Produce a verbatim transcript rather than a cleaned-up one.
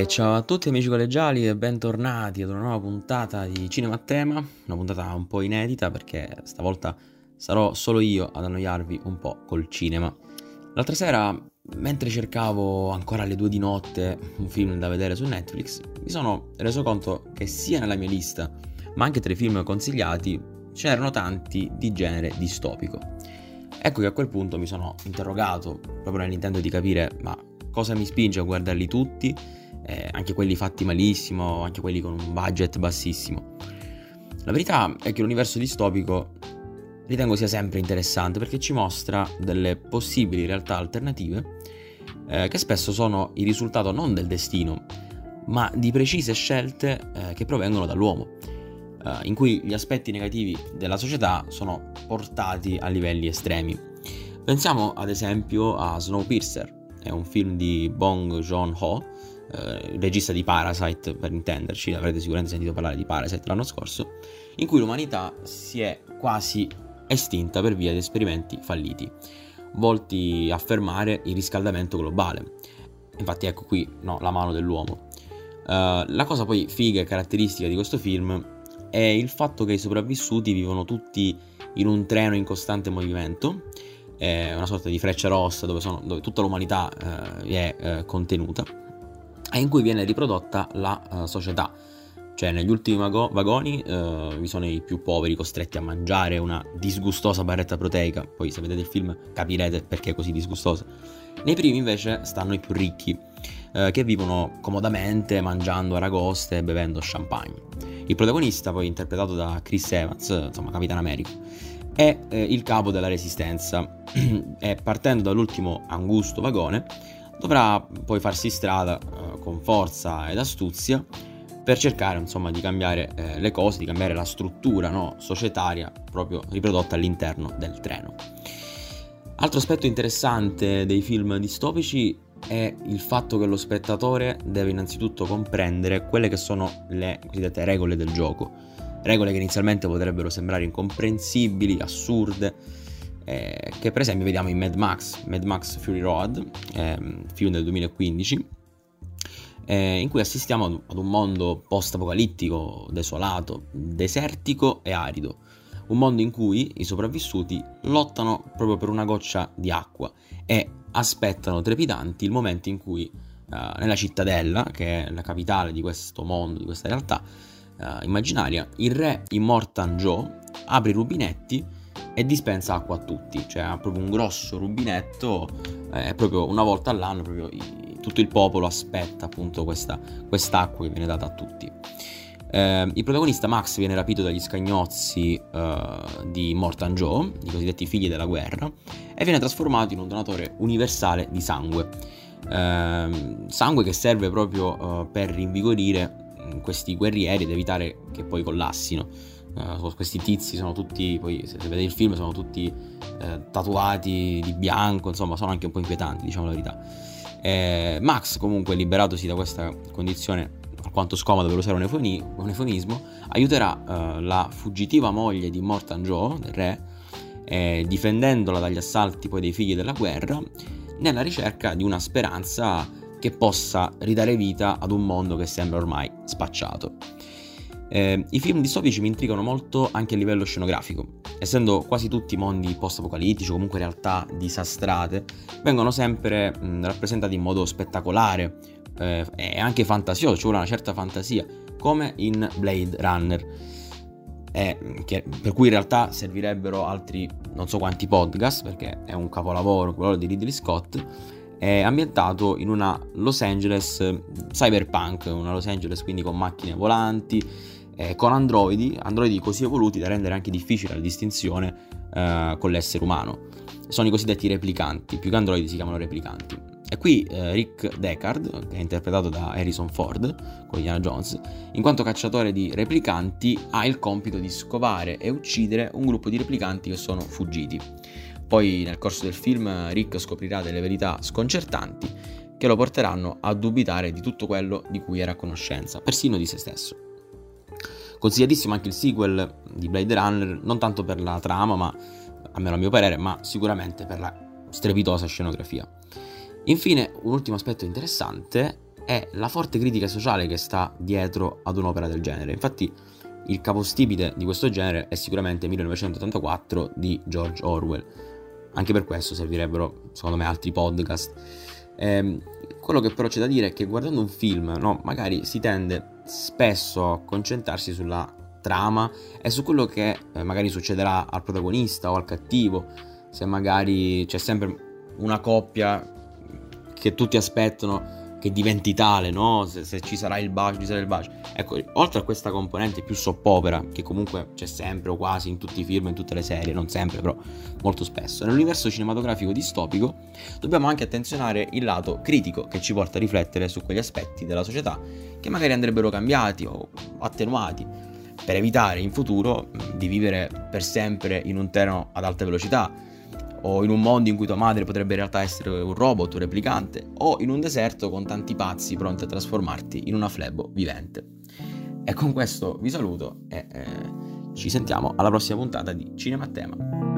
E ciao a tutti amici collegiali e bentornati ad una nuova puntata di Cinema a Tema, una puntata un po' inedita perché stavolta sarò solo io ad annoiarvi un po' col cinema. L'altra sera, mentre cercavo ancora alle due di notte un film da vedere su Netflix, mi sono reso conto che sia nella mia lista, ma anche tra i film consigliati, c'erano tanti di genere distopico. Ecco che a quel punto mi sono interrogato, proprio nell'intento di capire ma cosa mi spinge a guardarli tutti, eh, anche quelli fatti malissimo, anche quelli con un budget bassissimo. La verità è che l'universo distopico ritengo sia sempre interessante perché ci mostra delle possibili realtà alternative eh, che spesso sono il risultato non del destino, ma di precise scelte eh, che provengono dall'uomo, eh, in cui gli aspetti negativi della società sono portati a livelli estremi. Pensiamo ad esempio a Snowpiercer, è un film di Bong Joon-ho, eh, regista di Parasite per intenderci, avrete sicuramente sentito parlare di Parasite l'anno scorso, in cui l'umanità si è quasi estinta per via di esperimenti falliti, volti a fermare il riscaldamento globale. Infatti ecco qui no, la mano dell'uomo. Uh, la cosa poi figa e caratteristica di questo film è il fatto che i sopravvissuti vivono tutti in un treno in costante movimento, è una sorta di freccia rossa dove, sono, dove tutta l'umanità uh, è uh, contenuta e in cui viene riprodotta la uh, società. Cioè negli ultimi vago- vagoni uh, vi sono i più poveri costretti a mangiare una disgustosa barretta proteica, poi se vedete il film capirete perché è così disgustosa. Nei primi invece stanno i più ricchi, uh, che vivono comodamente mangiando aragoste e bevendo champagne. Il protagonista, poi interpretato da Chris Evans, insomma Capitan America, è eh, il capo della resistenza e partendo dall'ultimo angusto vagone dovrà poi farsi strada uh, con forza ed astuzia per cercare insomma di cambiare eh, le cose, di cambiare la struttura no, societaria proprio riprodotta all'interno del treno. Altro aspetto interessante dei film distopici è il fatto che lo spettatore deve innanzitutto comprendere quelle che sono le cosiddette regole del gioco, regole che inizialmente potrebbero sembrare incomprensibili, assurde, eh, che per esempio vediamo in Mad Max, Mad Max Fury Road, eh, film del duemilaquindici, Eh, in cui assistiamo ad, ad un mondo post-apocalittico, desolato, desertico e arido. Un mondo in cui i sopravvissuti lottano proprio per una goccia di acqua e aspettano trepidanti il momento in cui eh, nella cittadella, che è la capitale di questo mondo, di questa realtà eh, immaginaria, il re Immortan Joe apre i rubinetti e dispensa acqua a tutti. Cioè ha proprio un grosso rubinetto, eh, proprio una volta all'anno proprio i, tutto il popolo aspetta appunto questa quest'acqua che viene data a tutti. Eh, il protagonista Max viene rapito dagli scagnozzi eh, di Immortan Joe, i cosiddetti figli della guerra, e viene trasformato in un donatore universale di sangue. Eh, sangue che serve proprio eh, per rinvigorire questi guerrieri ed evitare che poi collassino. Uh, questi tizi sono tutti, poi se vedete il film, sono tutti eh, tatuati di bianco, insomma sono anche un po' inquietanti, diciamo la verità. eh, Max comunque, liberatosi da questa condizione alquanto scomoda per usare un, eufoni- un eufemismo, aiuterà uh, la fuggitiva moglie di Immortan Joe, del re, eh, difendendola dagli assalti poi dei figli della guerra, nella ricerca di una speranza che possa ridare vita ad un mondo che sembra ormai spacciato. Eh, I film distopici mi intrigano molto anche a livello scenografico, essendo quasi tutti mondi post-apocalittici o comunque realtà disastrate, vengono sempre mh, rappresentati in modo spettacolare eh, e anche fantasioso, ci vuole una certa fantasia, come in Blade Runner, eh, che, per cui in realtà servirebbero altri non so quanti podcast, perché è un capolavoro, quello di Ridley Scott. È ambientato in una Los Angeles cyberpunk, una Los Angeles quindi con macchine volanti, eh, con androidi, androidi così evoluti da rendere anche difficile la distinzione eh, con l'essere umano. Sono i cosiddetti replicanti, più che androidi si chiamano replicanti. E qui eh, Rick Deckard, che è interpretato da Harrison Ford, con Indiana Jones, in quanto cacciatore di replicanti ha il compito di scovare e uccidere un gruppo di replicanti che sono fuggiti. Poi nel corso del film Rick scoprirà delle verità sconcertanti che lo porteranno a dubitare di tutto quello di cui era a conoscenza, persino di se stesso. Consigliatissimo anche il sequel di Blade Runner, non tanto per la trama, ma almeno a mio parere, ma sicuramente per la strepitosa scenografia. Infine, un ultimo aspetto interessante è la forte critica sociale che sta dietro ad un'opera del genere. Infatti il capostipite di questo genere è sicuramente millenovecentottantaquattro di George Orwell. Anche per questo servirebbero, secondo me, altri podcast. Ehm, quello che però c'è da dire è che guardando un film, no, magari si tende spesso a concentrarsi sulla trama e su quello che eh, magari succederà al protagonista o al cattivo, se magari c'è sempre una coppia che tutti aspettano che diventi tale, no? Se, se ci sarà il bacio, ci sarà il bacio. Ecco, oltre a questa componente più soppopera, che comunque c'è sempre o quasi in tutti i film, in tutte le serie, non sempre, però molto spesso, nell'universo cinematografico distopico dobbiamo anche attenzionare il lato critico che ci porta a riflettere su quegli aspetti della società che magari andrebbero cambiati o attenuati per evitare in futuro di vivere per sempre in un treno ad alta velocità, o in un mondo in cui tua madre potrebbe in realtà essere un robot, un replicante, o in un deserto con tanti pazzi pronti a trasformarti in una flebo vivente. E con questo vi saluto e eh, ci sentiamo alla prossima puntata di Cinema a Tema.